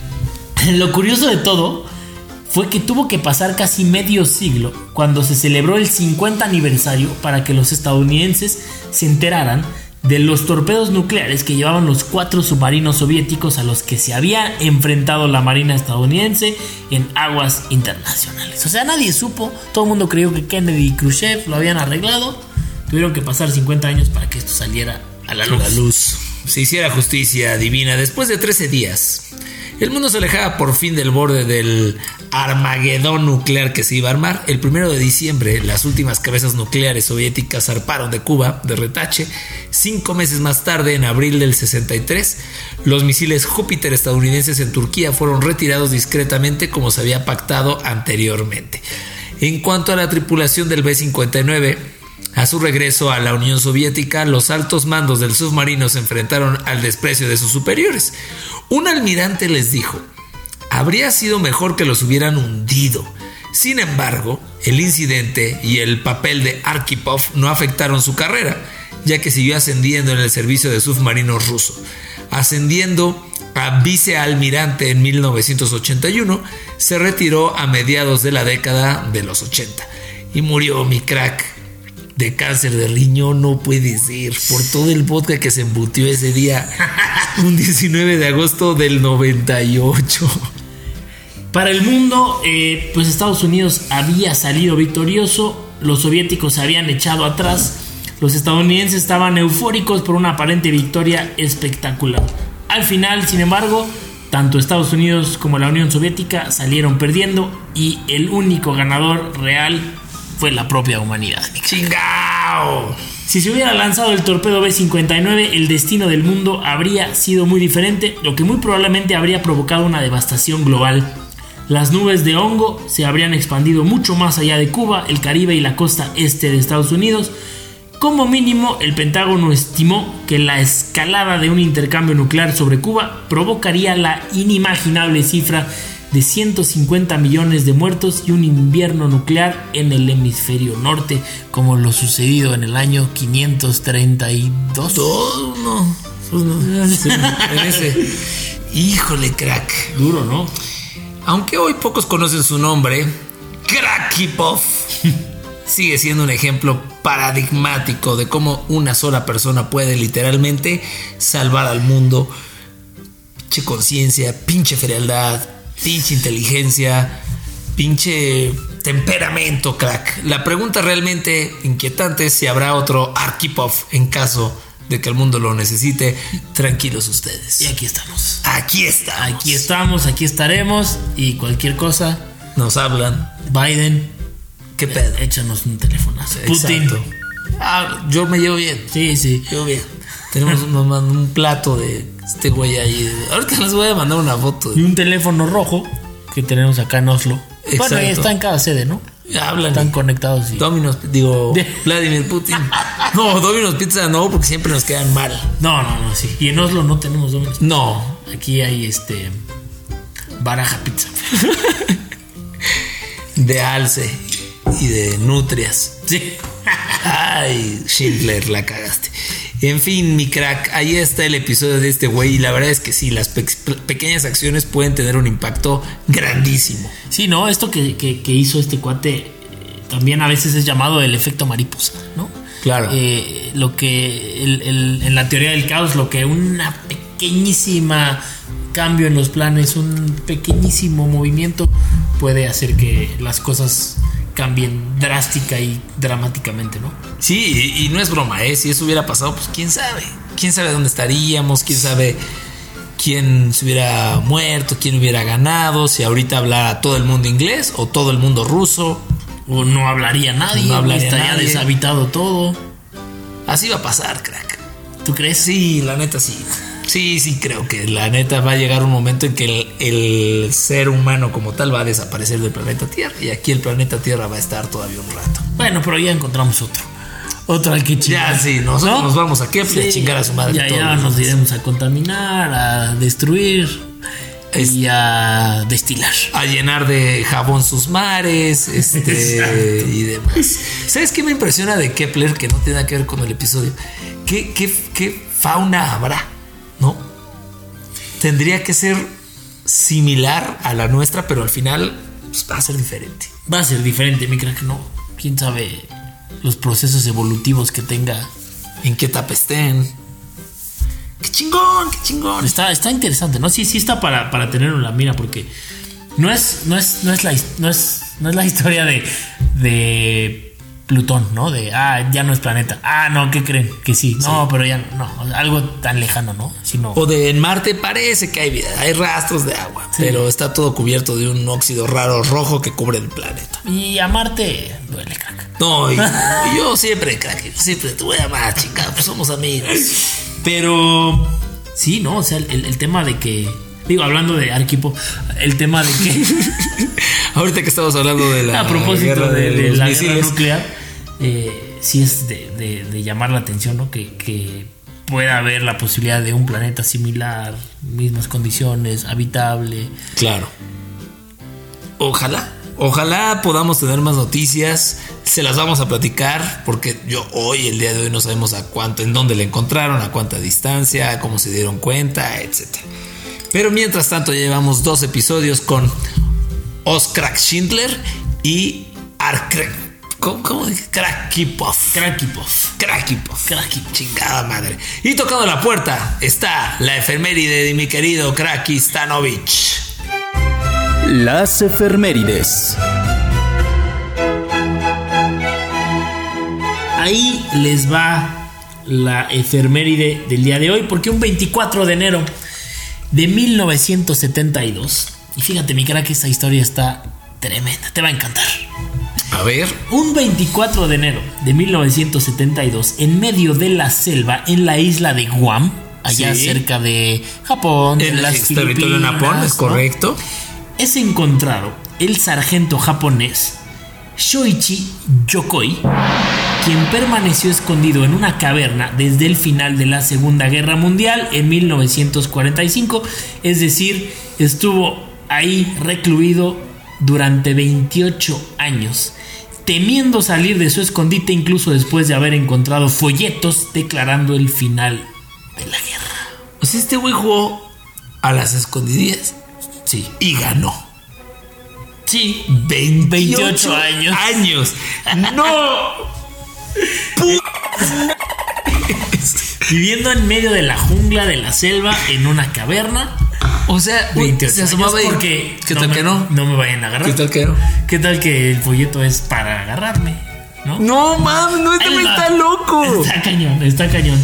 lo curioso de todo fue que tuvo que pasar casi medio siglo cuando se celebró el cincuenta aniversario para que los estadounidenses se enteraran de los torpedos nucleares que llevaban los cuatro submarinos soviéticos a los que se había enfrentado la marina estadounidense en aguas internacionales. O sea, nadie supo, todo el mundo creyó que Kennedy y Khrushchev lo habían arreglado. Tuvieron que pasar cincuenta años para que esto saliera a la luz. La luz. Se hiciera justicia divina. Después de trece días, el mundo se alejaba por fin del borde del Armagedón nuclear que se iba a armar. El primero de diciembre, las últimas cabezas nucleares soviéticas zarparon de Cuba de retache. Cinco meses más tarde, en abril del sesenta y tres, los misiles Júpiter estadounidenses en Turquía fueron retirados discretamente como se había pactado anteriormente. En cuanto a la tripulación del B cincuenta y nueve, a su regreso a la Unión Soviética, los altos mandos del submarino se enfrentaron al desprecio de sus superiores. Un almirante les dijo: habría sido mejor que los hubieran hundido. Sin embargo, el incidente y el papel de Arkhipov no afectaron su carrera, ya que siguió ascendiendo en el servicio de submarinos ruso. Ascendiendo a vicealmirante en mil novecientos ochenta y uno, se retiró a mediados de la década de los ochenta y murió, mi crack, de cáncer de riñón. No puede ser, por todo el vodka que se embutió ese día, un diecinueve de agosto del noventa y ocho. Para el mundo, eh, pues Estados Unidos había salido victorioso, los soviéticos se habían echado atrás, los estadounidenses estaban eufóricos por una aparente victoria espectacular. Al final, sin embargo, tanto Estados Unidos como la Unión Soviética salieron perdiendo y el único ganador real fue la propia humanidad. ¡Chingao! Si se hubiera lanzado el torpedo B cincuenta y nueve, el destino del mundo habría sido muy diferente, lo que muy probablemente habría provocado una devastación global. Las nubes de hongo se habrían expandido mucho más allá de Cuba, el Caribe y la costa este de Estados Unidos. Como mínimo, el Pentágono estimó que la escalada de un intercambio nuclear sobre Cuba provocaría la inimaginable cifra de ciento cincuenta millones de muertos y un invierno nuclear en el hemisferio norte, como lo sucedido en el año quinientos treinta y dos. Todo no, pues no. Sí, en ese. Híjole, crack. Duro, ¿no? Aunque hoy pocos conocen su nombre, Crackipov sigue siendo un ejemplo paradigmático de cómo una sola persona puede literalmente salvar al mundo. Pinche conciencia, pinche frialdad, pinche inteligencia, pinche temperamento, crack. La pregunta realmente inquietante es si habrá otro Arkhipov en caso de que el mundo lo necesite. Tranquilos ustedes. Y aquí estamos. Aquí estamos. Aquí estamos, aquí estaremos. Y cualquier cosa, nos hablan. Biden, ¿qué pedo? Échanos un telefonazo. Putin. Ah, yo me llevo bien. Sí, sí. Yo bien. Tenemos un, un plato de este güey ahí. Ahorita les voy a mandar una foto. Y un teléfono rojo que tenemos acá en Oslo. Exacto. Bueno, ahí está en cada sede, ¿no? Hablan. Están conectados. Y... Domino's, digo, Vladimir Putin. No, Domino's Pizza no, porque siempre nos quedan mal. No, no, no, sí. Y en Oslo no tenemos Domino's. No. Aquí hay este. Baraja Pizza. De alce y de nutrias. Sí. Ay, Schindler, la cagaste. En fin, mi crack, ahí está el episodio de este güey. Y la verdad es que sí, las pe- pequeñas acciones pueden tener un impacto grandísimo. Sí, no, esto que, que, que hizo este cuate eh, también a veces es llamado el efecto mariposa, ¿no? Claro. Eh, lo que el, el, en la teoría del caos, lo que una pequeñísima cambio en los planes, un pequeñísimo movimiento puede hacer que las cosas cambien drástica y dramáticamente, ¿no? Sí, y, y no es broma, ¿eh? Si eso hubiera pasado, pues quién sabe. Quién sabe dónde estaríamos, quién sabe quién se hubiera muerto, quién hubiera ganado, si ahorita hablara todo el mundo inglés o todo el mundo ruso. O no hablaría nadie, no hablaría estaría nadie. deshabitado todo. Así va a pasar, crack. ¿Tú crees? Sí, la neta sí. Sí, sí, creo que la neta va a llegar un momento en que el, el ser humano como tal va a desaparecer del planeta Tierra. Y aquí el planeta Tierra va a estar todavía un rato. Bueno, pero ya encontramos otro. Otro al que chingar. Ya, sí, nosotros ¿no? nos vamos a Kepler Sí, a chingar a su madre. Ya, todos ya los nos días. iremos a contaminar, a destruir Es- y a destilar. A llenar de jabón sus mares, este y demás. ¿Sabes qué me impresiona de Kepler que no tiene nada que ver con el episodio? ¿Qué, qué, qué fauna habrá? ¿No? Tendría que ser similar a la nuestra, pero al final pues, va a ser diferente. Va a ser diferente, mi crack, no. Quién sabe los procesos evolutivos que tenga. ¿En qué etapa estén? ¡Qué chingón! ¡Qué chingón! Está, está interesante, ¿no? Sí, sí está para, para tenerlo en la mira, porque no es, no es, no es la his- no es, no es la historia de, de Plutón, ¿no? De ah, ya no es planeta. Ah, no, ¿qué creen? Que sí. No, Sí. pero ya no. Algo tan lejano, ¿no? Sino. O de en Marte parece que hay vida, hay rastros de agua, Sí. pero está todo cubierto de un óxido raro rojo que cubre el planeta. Y a Marte duele, crack. No, y- yo siempre, crack, yo siempre te voy a amar, chingada, pues somos amigos. Pero sí, ¿no? O sea, el, el tema de que. Digo, hablando de Arquipo, el tema de que. Ahorita que estamos hablando de la a propósito guerra de, de los la misiles, guerra nuclear, eh, sí es de, de- de llamar la atención, ¿no? Que, que pueda haber la posibilidad de un planeta similar, mismas condiciones, habitable. claro. Ojalá, ojalá podamos tener más noticias. Se las vamos a platicar porque yo hoy, el día de hoy, no sabemos a cuánto, en dónde le encontraron, a cuánta distancia, cómo se dieron cuenta, etcétera. Pero mientras tanto ya llevamos dos episodios con Oskar Schindler y Arkre. ¿Cómo, cómo dije? Krakipov. Krakipov. Krakipov. Krakipov. Chingada madre. Y tocando la puerta está la efeméride de mi querido Kraki Stanovich. Las efemérides. Ahí les va la efeméride del día de hoy, porque un veinticuatro de enero de mil novecientos setenta y dos, y fíjate, mi crack, esta historia está tremenda, te va a encantar. A ver. Un veinticuatro de enero de mil novecientos setenta y dos, en medio de la selva, en la isla de Guam, allá Sí. cerca de Japón, de En las el territorio de Filipinas, Japón, es ¿no? correcto. Es encontrado el sargento japonés Shoichi Yokoi, quien permaneció escondido en una caverna desde el final de la Segunda Guerra Mundial en mil novecientos cuarenta y cinco, es decir, estuvo ahí recluido durante veintiocho años, temiendo salir de su escondite incluso después de haber encontrado folletos declarando el final de la guerra. O sea, este güey jugó a las escondidillas. Sí. Y ganó. Sí. veintiocho, veintiocho años. años. ¡No! Viviendo en medio de la jungla, de la selva, en una caverna. O sea, veintiocho se asomaba años y porque ¿qué no tal me, que no? No me vayan a agarrar. ¿Qué tal que no? ¿Qué tal que el folleto es para agarrarme? ¿No? No, mames, no, este Ahí güey va. está loco. Está cañón, está cañón.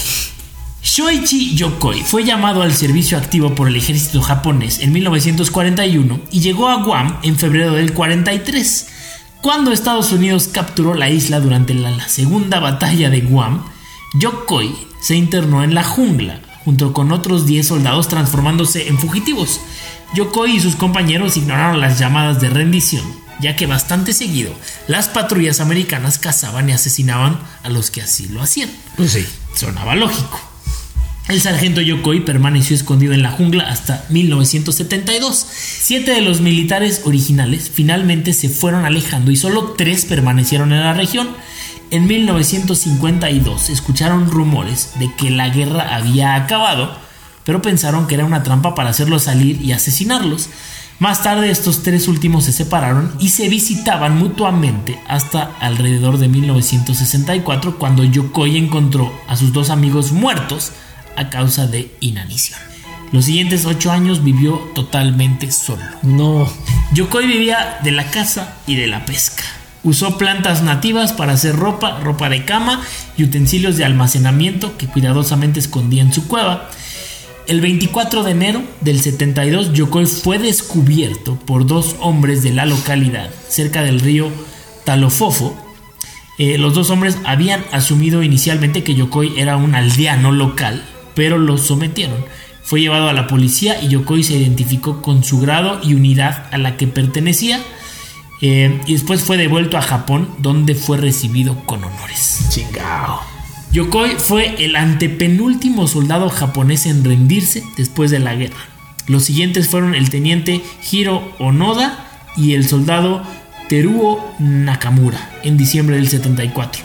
Shoichi Yokoi fue llamado al servicio activo por el ejército japonés en mil novecientos cuarenta y uno y llegó a Guam en febrero del cuarenta y tres. Cuando Estados Unidos capturó la isla durante la, la segunda batalla de Guam, Yokoi se internó en la jungla junto con otros diez soldados, transformándose en fugitivos. Yokoi y sus compañeros ignoraron las llamadas de rendición, ya que bastante seguido las patrullas americanas cazaban y asesinaban a los que así lo hacían. Pues sí. Sonaba lógico. El sargento Yokoi permaneció escondido en la jungla hasta mil novecientos setenta y dos. Siete de los militares originales finalmente se fueron alejando y solo tres permanecieron en la región. En mil novecientos cincuenta y dos escucharon rumores de que la guerra había acabado, pero pensaron que era una trampa para hacerlos salir y asesinarlos. Más tarde estos tres últimos se separaron y se visitaban mutuamente hasta alrededor de mil novecientos sesenta y cuatro, cuando Yokoi encontró a sus dos amigos muertos a causa de inanición. Los siguientes ocho años vivió totalmente solo. No. Yokoi vivía de la caza y de la pesca. Usó plantas nativas para hacer ropa, ropa de cama y utensilios de almacenamiento que cuidadosamente escondía en su cueva. El veinticuatro de enero del setenta y dos, Yokoi fue descubierto por dos hombres de la localidad, cerca del río Talofofo. Eh, los dos hombres habían asumido inicialmente que Yokoi era un aldeano local, pero lo sometieron. Fue llevado a la policía y Yokoi se identificó con su grado y unidad a la que pertenecía. Eh, y después fue devuelto a Japón, donde fue recibido con honores. Chingao. Yokoi fue el antepenúltimo soldado japonés en rendirse después de la guerra. Los siguientes fueron el teniente Hiro Onoda y el soldado Teruo Nakamura en diciembre del setenta y cuatro.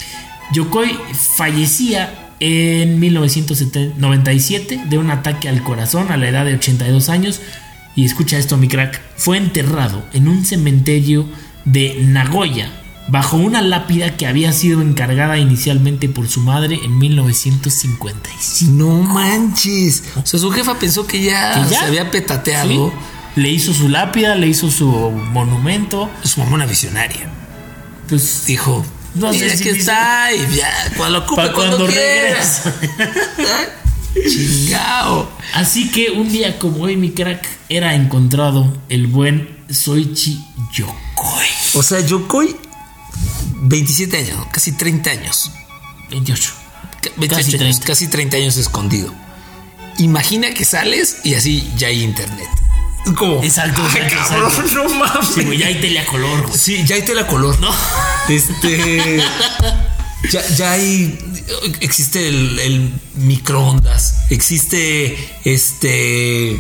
Yokoi fallecía en mil novecientos noventa y siete de un ataque al corazón a la edad de ochenta y dos años. Y escucha esto, mi crack. Fue enterrado en un cementerio de Nagoya bajo una lápida que había sido encargada inicialmente por su madre en mil novecientos cincuenta y cinco. No manches. O sea, su jefa pensó que ya, ¿Que ya? se había petateado. ¿Sí? Le hizo su lápida, le hizo su monumento. Su mamá, una visionaria. Pues Dijo, no mira, sé si aquí dice- está y ya, cuando lo ocupe, Pa' cuando, cuando quieras. Chingao. Así que un día como hoy, mi crack, era encontrado el buen Soichi Yokoi. O sea, Yokoi, veintisiete años, ¿no? Casi treinta años. veintiocho. Ca- veintiocho Casi años, treinta. casi treinta años escondido. Imagina que sales y así ya hay internet. Como, Exacto, ay, exacto, cabrón, exacto. no mames. Sí, güey, ya hay tele a color, güey. Sí, ya hay telacolor. No. Este. Ya, ya hay. Existe el, el microondas. Existe. Este.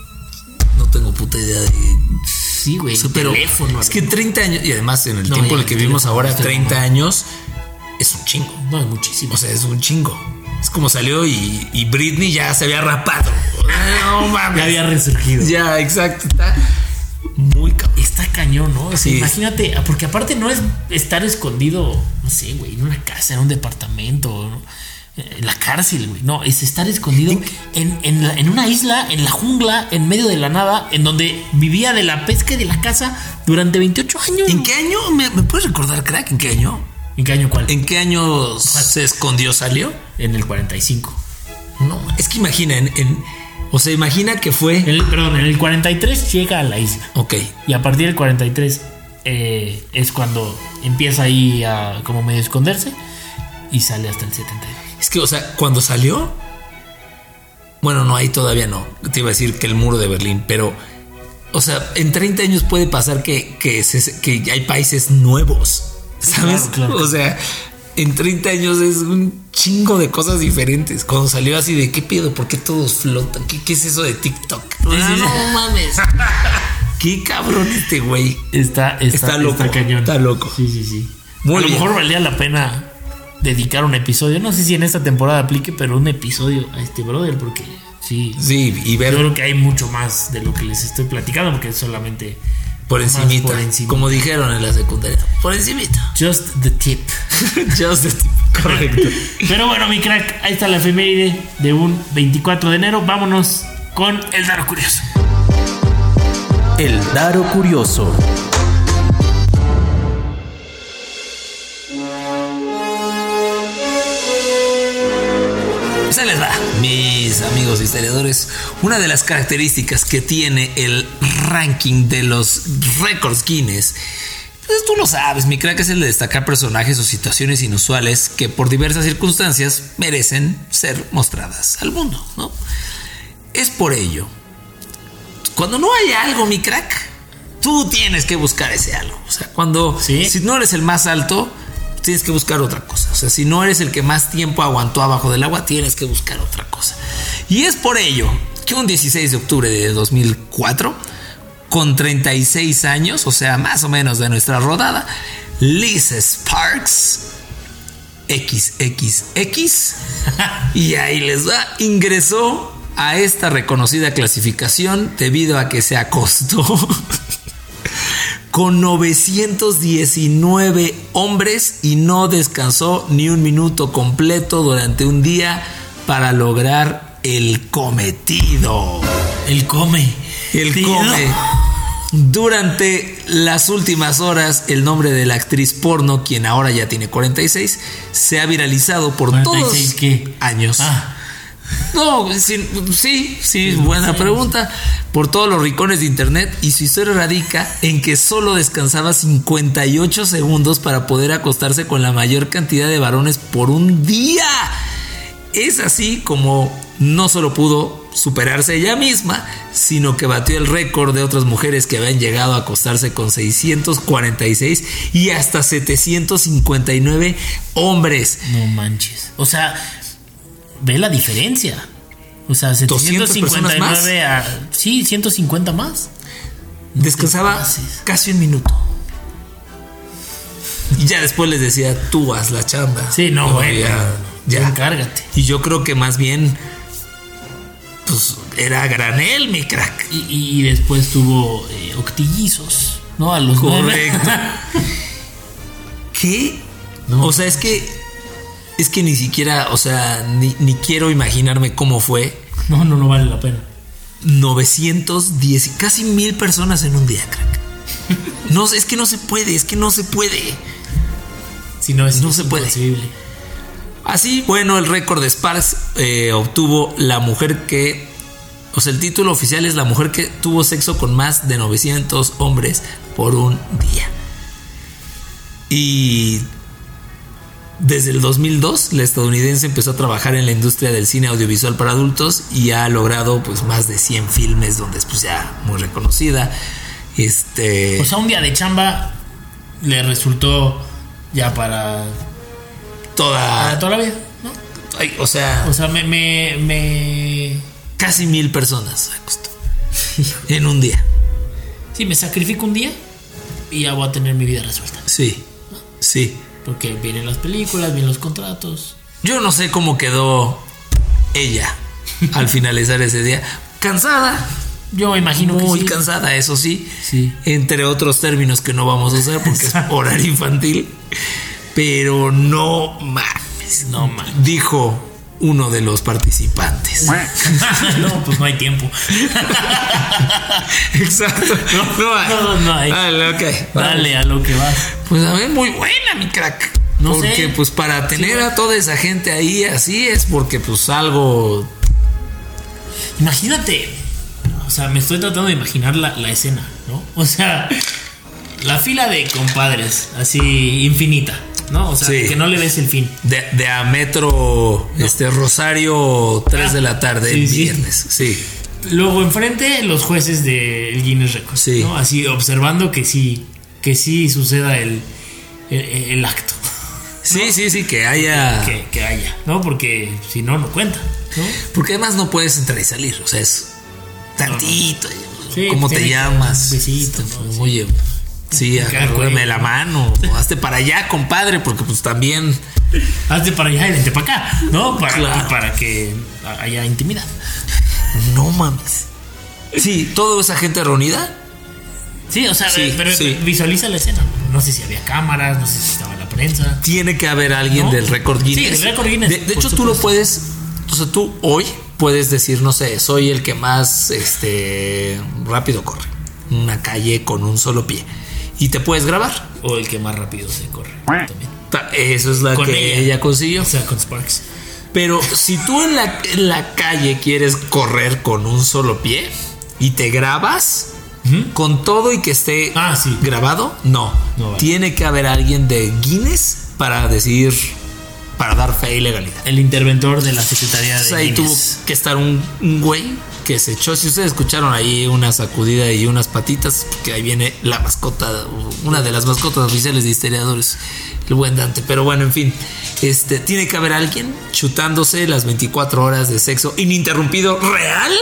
No tengo puta idea de. Sí, güey. Eso, pero teléfono. es que treinta años. Y además, en el No, tiempo en ya, el que el vivimos teléfono, ahora, este treinta mamá. años. Es un chingo. No, es muchísimo. O sea, es un chingo. Es como salió y, y Britney ya se había rapado. No mames. ya había resurgido. Ya, exacto. Está muy cabrón. Está cañón, ¿no? O sea, Sí. imagínate, porque aparte no es estar escondido, no sé, güey, en una casa, en un departamento, ¿no? En la cárcel, güey. No, es estar escondido en, en, la- en una isla, en la jungla, en medio de la nada, en donde vivía de la pesca y de la caza durante veintiocho años. ¿En qué año? ¿Me, me puedes recordar, crack? ¿En qué año? ¿En qué año cuál? ¿En qué año se escondió, salió? En el cuarenta y cinco. No, es que imagina, en, en- o sea, imagina que fue. En el- perdón, en el cuarenta y tres llega a la isla. Ok. Y a partir del cuarenta y tres eh, es cuando empieza ahí a como medio esconderse y sale hasta el setenta y dos. Es que, o sea, cuando salió. Bueno, no, ahí todavía no. Te iba a decir que el muro de Berlín, pero. O sea, en treinta años puede pasar que, que, se- que hay países nuevos. ¿Sabes? Claro, claro. O sea, en treinta años es un chingo de cosas diferentes. Cuando salió así de qué pedo, ¿por qué todos flotan? ¿Qué, qué es eso de TikTok? Ah, no mames. Qué cabrón este güey. Está, está, Está loco, está cañón. está loco. Sí, sí, sí. Muy a lo bien. mejor valía la pena dedicar un episodio. No sé si en esta temporada aplique, pero un episodio a este brother, porque sí. Sí, y ver. Yo creo que hay mucho más de lo que les estoy platicando, porque es solamente por encimita, por encimita. Como dijeron en la secundaria. Por encimita. Just the tip. Just the tip. Correcto. Pero bueno, mi crack, ahí está la efeméride de un veinticuatro de enero. Vámonos con el dato curioso. El dato curioso. Se les va, mis amigos historiadores. Una de las características que tiene el ranking de los récords Guinness, pues tú lo sabes, mi crack, es el de destacar personajes o situaciones inusuales que por diversas circunstancias merecen ser mostradas al mundo, ¿no? Es por ello, cuando no hay algo, mi crack, tú tienes que buscar ese algo. O sea, cuando ¿Sí? si no eres el más alto, tienes que buscar otra cosa. O sea, si no eres el que más tiempo aguantó abajo del agua, tienes que buscar otra cosa. Y es por ello que un dieciséis de octubre de dos mil cuatro, con treinta y seis años, o sea, más o menos de nuestra rodada, Liz Sparks, equis equis equis, y ahí les va, ingresó a esta reconocida clasificación debido a que se acostó con novecientos diecinueve hombres y no descansó ni un minuto completo durante un día para lograr el cometido. El come. El Tío. come. Durante las últimas horas, el nombre de la actriz porno, quien ahora ya tiene cuarenta y seis, se ha viralizado por ¿cuarenta y todos seis qué? años. Ah. No, sí, sí, sí, buena pregunta. Por todos los rincones de internet, y su historia radica en que solo descansaba cincuenta y ocho segundos para poder acostarse con la mayor cantidad de varones por un día. Es así como no solo pudo superarse ella misma, sino que batió el récord de otras mujeres que habían llegado a acostarse con seiscientos cuarenta y seis y hasta setecientos cincuenta y nueve hombres. No manches. O sea, ve la diferencia. O sea, setecientos cincuenta y nueve a... Sí, ciento cincuenta más. No descansaba casi un minuto. Y ya después les decía, tú haz la chamba. Sí, no, no bueno. Ya, ya. Encárgate. Y yo creo que más bien, pues, era granel, mi crack. Y, y, y después tuvo eh, octillizos, ¿no? A los Correcto. nueve. ¿Qué? No. O sea, es que... Es que ni siquiera, o sea, ni, ni quiero imaginarme cómo fue. No, no, no vale la pena. novecientos diez, casi mil personas en un día, crack. No, es que no se puede, es que no se puede. Si no, es no se puede. Imposible. Así, bueno, el récord de Sparks eh, obtuvo la mujer que... O sea, el título oficial es la mujer que tuvo sexo con más de novecientos hombres por un día. Y... Desde el dos mil dos, la estadounidense empezó a trabajar en la industria del cine audiovisual para adultos y ha logrado pues más de cien filmes donde es pues ya muy reconocida. Este, o sea, un día de chamba le resultó ya para toda, para toda la vida, ¿no? Ay, o sea, o sea, me, me, me... casi mil personas se acostó en un día. Sí, me sacrifico un día y ya voy a tener mi vida resuelta. Sí, sí. Porque vienen las películas, vienen los contratos. Yo no sé cómo quedó ella al finalizar ese día. Cansada. Yo me imagino muy que sí. cansada, eso sí. Sí. Entre otros términos que no vamos a usar porque es horario infantil. Pero no mames. No mames. Dijo uno de los participantes. No, pues no hay tiempo. Exacto. No, no hay. No, no hay. Dale, okay, Dale a lo que vas. Pues a ver, muy buena, mi crack. No porque sé. pues para tener sí, a toda esa gente ahí así es porque pues algo... Imagínate. O sea, me estoy tratando de imaginar la, la escena, ¿no? O sea, la fila de compadres, así infinita, ¿no? O sea, sí. Que no le ves el fin. De, de a metro, no. este Rosario, tres ah, de la tarde, sí, el viernes, sí. sí. Luego enfrente los jueces del Guinness Records, sí. ¿no? Así observando que sí, que sí suceda el, el, el acto. Sí, ¿no? sí, sí, que haya. Que, que haya, ¿no? Porque si no, no cuenta, ¿no? Porque además no puedes entrar y salir, o sea, es tantito. No, no. Sí, ¿cómo te llamas? Un besito, ¿no? Oye, sí, agárrame la mano, hazte para allá, compadre, porque pues también. Hazte para allá y vente para acá, ¿no? Para, claro. para que haya intimidad. No mames. Sí, toda esa gente reunida. Sí, o sea, Sí, pero sí. visualiza la escena. No sé si había cámaras, no sé si estaba la prensa. Tiene que haber alguien ¿No? del récord Guinness. Sí, del récord Guinness, De, de por hecho, tú lo supuesto. puedes. O sea, tú hoy puedes decir, no sé, soy el que más este rápido corre. Una calle con un solo pie. Y te puedes grabar. O el que más rápido se corre. También. Ta- Eso es la Con que ella. ella consiguió. O sea, con Sparks. Pero si tú en la, en la calle quieres correr con un solo pie y te grabas Ujú. con todo y que esté Ah, sí. grabado, no. No vale. Tiene que haber alguien de Guinness para decir, para dar fe y legalidad. El interventor de la Secretaría de O sea, ahí tuvo Guinness. que estar un, un güey que se echó. Si ustedes escucharon ahí una sacudida y unas patitas, porque ahí viene la mascota, una de las mascotas oficiales de Historiadores, el buen Dante. Pero bueno, en fin, este tiene que haber alguien chutándose las veinticuatro horas de sexo ininterrumpido real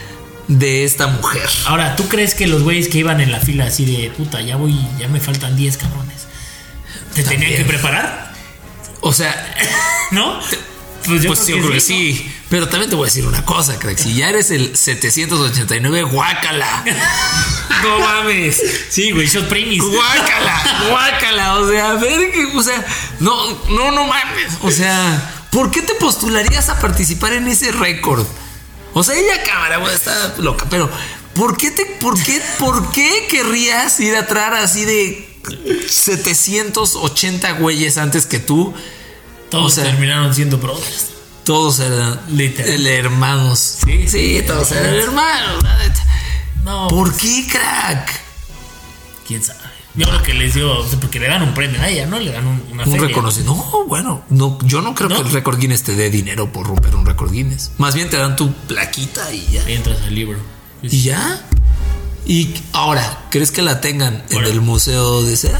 de esta mujer. Ahora, ¿tú crees que los güeyes que iban en la fila así de puta, ya voy, ya me faltan diez cabrones? ¿Te tenían También. que preparar? O sea, ¿No? Pues yo pues sí, yo creo que sí. Pero también te voy a decir una cosa, crack. Si ya eres el setecientos ochenta y nueve, guácala. No mames. Sí, güey, shot premis. Guácala, guácala. O sea, a ver, que- o sea, no, no, no mames. O sea, ¿por qué te postularías a participar en ese récord? O sea, ella cámara, güey, está loca, pero ¿por qué te, por qué, por qué querrías ir atrás así de setecientos ochenta güeyes antes que tú? Todos O sea, terminaron siendo brothers. Todos eran Literal. hermanos. Sí, sí, todos eran hermanos. la neta. No, ¿Por qué, crack? quién sabe. Yo creo que les dio, o sea, porque le dan un premio a ella, ¿no? Le dan un, una Un feria. reconocido. No, bueno, no, yo no creo ¿No? que el récord Guinness te dé dinero por romper un récord Guinness. Más bien te dan tu plaquita y ya. Entras al libro. Y ya. Y ahora, ¿crees que la tengan en Ahora. el Museo de Cera?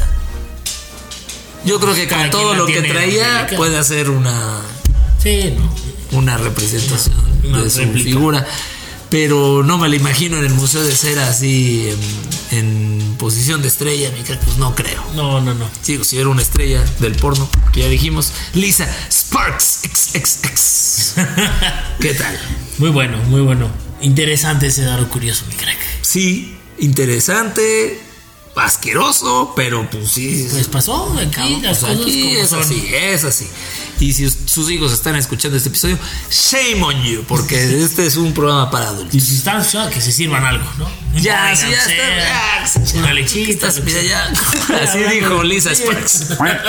Yo creo que Cada con quien todo la lo que tiene traía delicada. puede hacer una, Sí, no. una representación Una de su réplica. figura. Pero no me la imagino en el Museo de Cera así en, en posición de estrella, mi crack, pues no creo. No, no, no. Sigo, si era una estrella del porno, que ya dijimos, Lisa Sparks X X X. ¿Qué tal? Muy bueno, muy bueno. Interesante ese dato curioso, mi crack. Sí, interesante, asqueroso, pero pues sí. Pues pasó aquí, las Pues cosas aquí como es son. así, es así. Y si us- sus hijos están escuchando este episodio, shame on you, porque este es un programa para adultos. Y si están escuchando, que se sirvan algo, ¿no? Ya, Un sí, ya Boy está. Dancer, ya, una ¿qué lechita. estás lo que pidiendo sea. ya? Así dijo Lisa Sparks.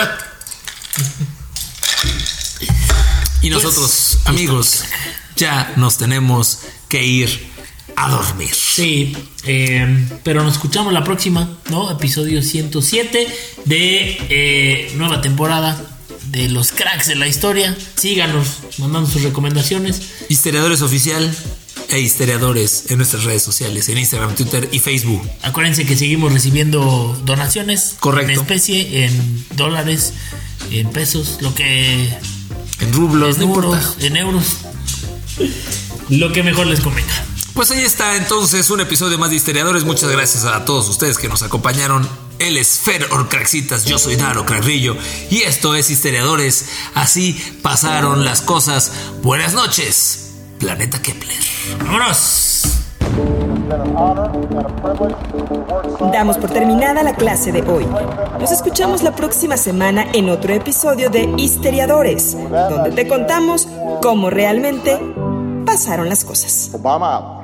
Y nosotros, amigos, ya nos tenemos que ir a dormir. Sí, eh, pero nos escuchamos la próxima, ¿no? Episodio ciento siete de eh, nueva temporada de los cracks de la historia. Síganos, mandando sus recomendaciones. Historiadores Oficial e Historiadores en nuestras redes sociales, en Instagram, Twitter y Facebook. Acuérdense que seguimos recibiendo donaciones. Correcto. En especie, en dólares, en pesos, lo que... En rublos, en no euros, importa. en euros. Lo que mejor les convenga. Pues ahí está entonces un episodio más de Historiadores. Muchas gracias a todos ustedes que nos acompañaron. Él es Fer Orcraxitas, yo soy Daro Carrillo y esto es Historiadores. Así pasaron las cosas. Buenas noches, Planeta Kepler. ¡Vámonos! Damos por terminada la clase de hoy. Nos escuchamos la próxima semana en otro episodio de Historiadores, donde te contamos cómo realmente pasaron las cosas. Obama out.